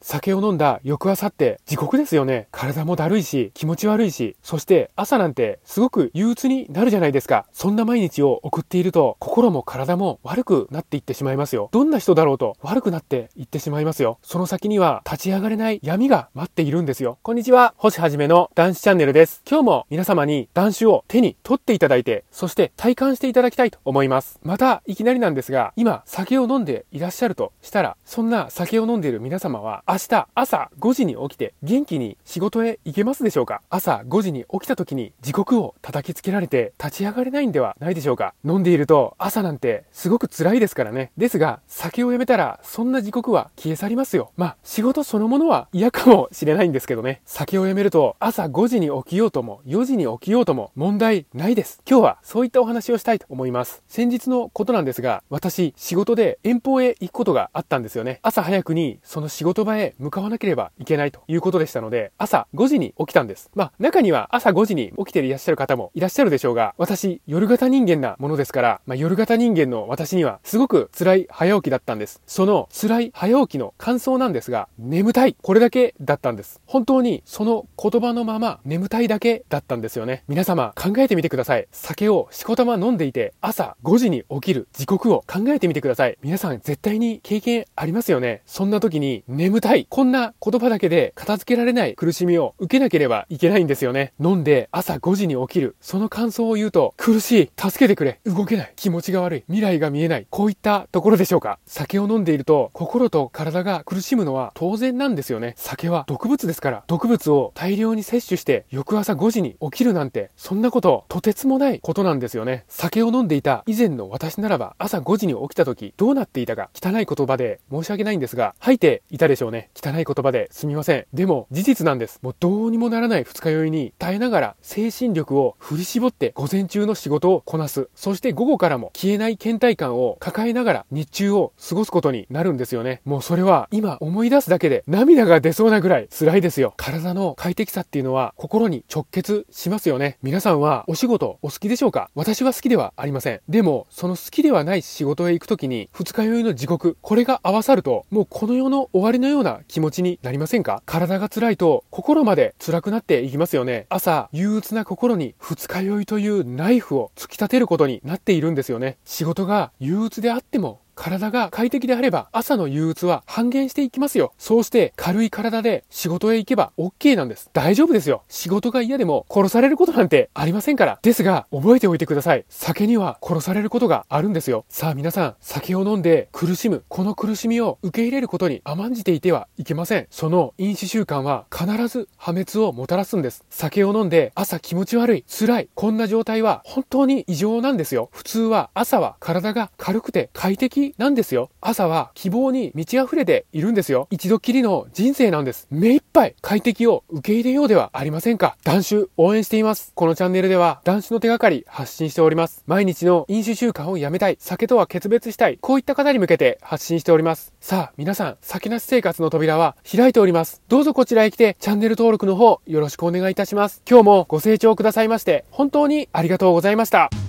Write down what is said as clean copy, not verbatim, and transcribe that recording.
酒を飲んだ翌朝って地獄ですよね。体もだるいし、気持ち悪いし、そして朝なんてすごく憂鬱になるじゃないですか。そんな毎日を送っていると、心も体も悪くなっていってしまいますよ。どんな人だろうと悪くなっていってしまいますよ。その先には立ち上がれない闇が待っているんですよ。こんにちは、星はじめの男子チャンネルです。今日も皆様に男子を手に取っていただいて、そして体感していただきたいと思います。またいきなりなんですが、今酒を飲んでいらっしゃるとしたら、そんな酒を飲んでいる皆様は明日朝5時に起きて元気に仕事へ行けますでしょうか？朝5時に起きた時に時刻を叩きつけられて立ち上がれないんではないでしょうか？飲んでいると朝なんてすごく辛いですからね。ですが酒をやめたらそんな時刻は消え去りますよ。仕事そのものは嫌かもしれないんですけどね。酒をやめると朝5時に起きようとも4時に起きようとも問題ないです。今日はそういったお話をしたいと思います。先日のことなんですが、私仕事で遠方へ行くことがあったんですよね。朝早くにその仕事場へ向かわなければいけないということでしたので、朝5時に起きたんです。中には朝5時に起きていらっしゃる方もいらっしゃるでしょうが、私夜型人間なものですから、夜型人間の私にはすごく辛い早起きだったんです。その辛い早起きの感想なんですが、眠たい、これだけだったんです。本当にその言葉のまま眠たいだけだったんですよね。皆様考えてみてください。酒をしこたま飲んでいて朝5時に起きる時刻を考えてみてください。皆さん絶対に経験ありますよね。そんな時に眠たい、こんな言葉だけで片付けられない苦しみを受けなければいけないんですよね。飲んで朝5時に起きる、その感想を言うと、苦しい、助けてくれ、動けない、気持ちが悪い、未来が見えない、こういったところでしょうか。酒を飲んでいると心と体が苦しむのは当然なんですよね。酒は毒物ですから、毒物を大量に摂取して翌朝5時に起きるなんて、そんなこととてつもないことなんですよね。酒を飲んでいた以前の私ならば、朝5時に起きた時どうなっていたか、汚い言葉で申し訳ないんですが吐いていたでしょうね。汚い言葉ですみません。でも事実なんです。もうどうにもならない二日酔いに耐えながら精神力を振り絞って午前中の仕事をこなす。そして午後からも消えない倦怠感を抱えながら日中を過ごすことになるんですよね。もうそれは今思い出すだけで涙が出そうなぐらい辛いですよ。体の快適さっていうのは心に直結しますよね。皆さんはお仕事お好きでしょうか？私は好きではありません。でもその好きではない仕事へ行くときに二日酔いの時刻、これが合わさるともうこの世の終わりのような気持ちになりませんか？体が辛いと心まで辛くなっていきますよね。朝憂鬱な心に二日酔いというナイフを突き立てることになっているんですよね。仕事が憂鬱であっても体が快適であれば朝の憂鬱は半減していきますよ。そうして軽い体で仕事へ行けば OK なんです。大丈夫ですよ。仕事が嫌でも殺されることなんてありませんから。ですが覚えておいてください。酒には殺されることがあるんですよ。さあ皆さん、酒を飲んで苦しむ、この苦しみを受け入れることに甘んじていてはいけません。その飲酒習慣は必ず破滅をもたらすんです。酒を飲んで朝気持ち悪い、辛い、こんな状態は本当に異常なんですよ。普通は朝は体が軽くて快適なんですよ。朝は希望に満ち溢れているんですよ。一度きりの人生なんです。目いっぱい快適を受け入れようではありませんか。男子応援しています。このチャンネルでは男子の手がかり発信しております。毎日の飲酒習慣をやめたい、酒とは決別したい、こういった方に向けて発信しております。さあ皆さん、酒なし生活の扉は開いております。どうぞこちらへ来てチャンネル登録の方よろしくお願いいたします。今日もご清聴くださいまして本当にありがとうございました。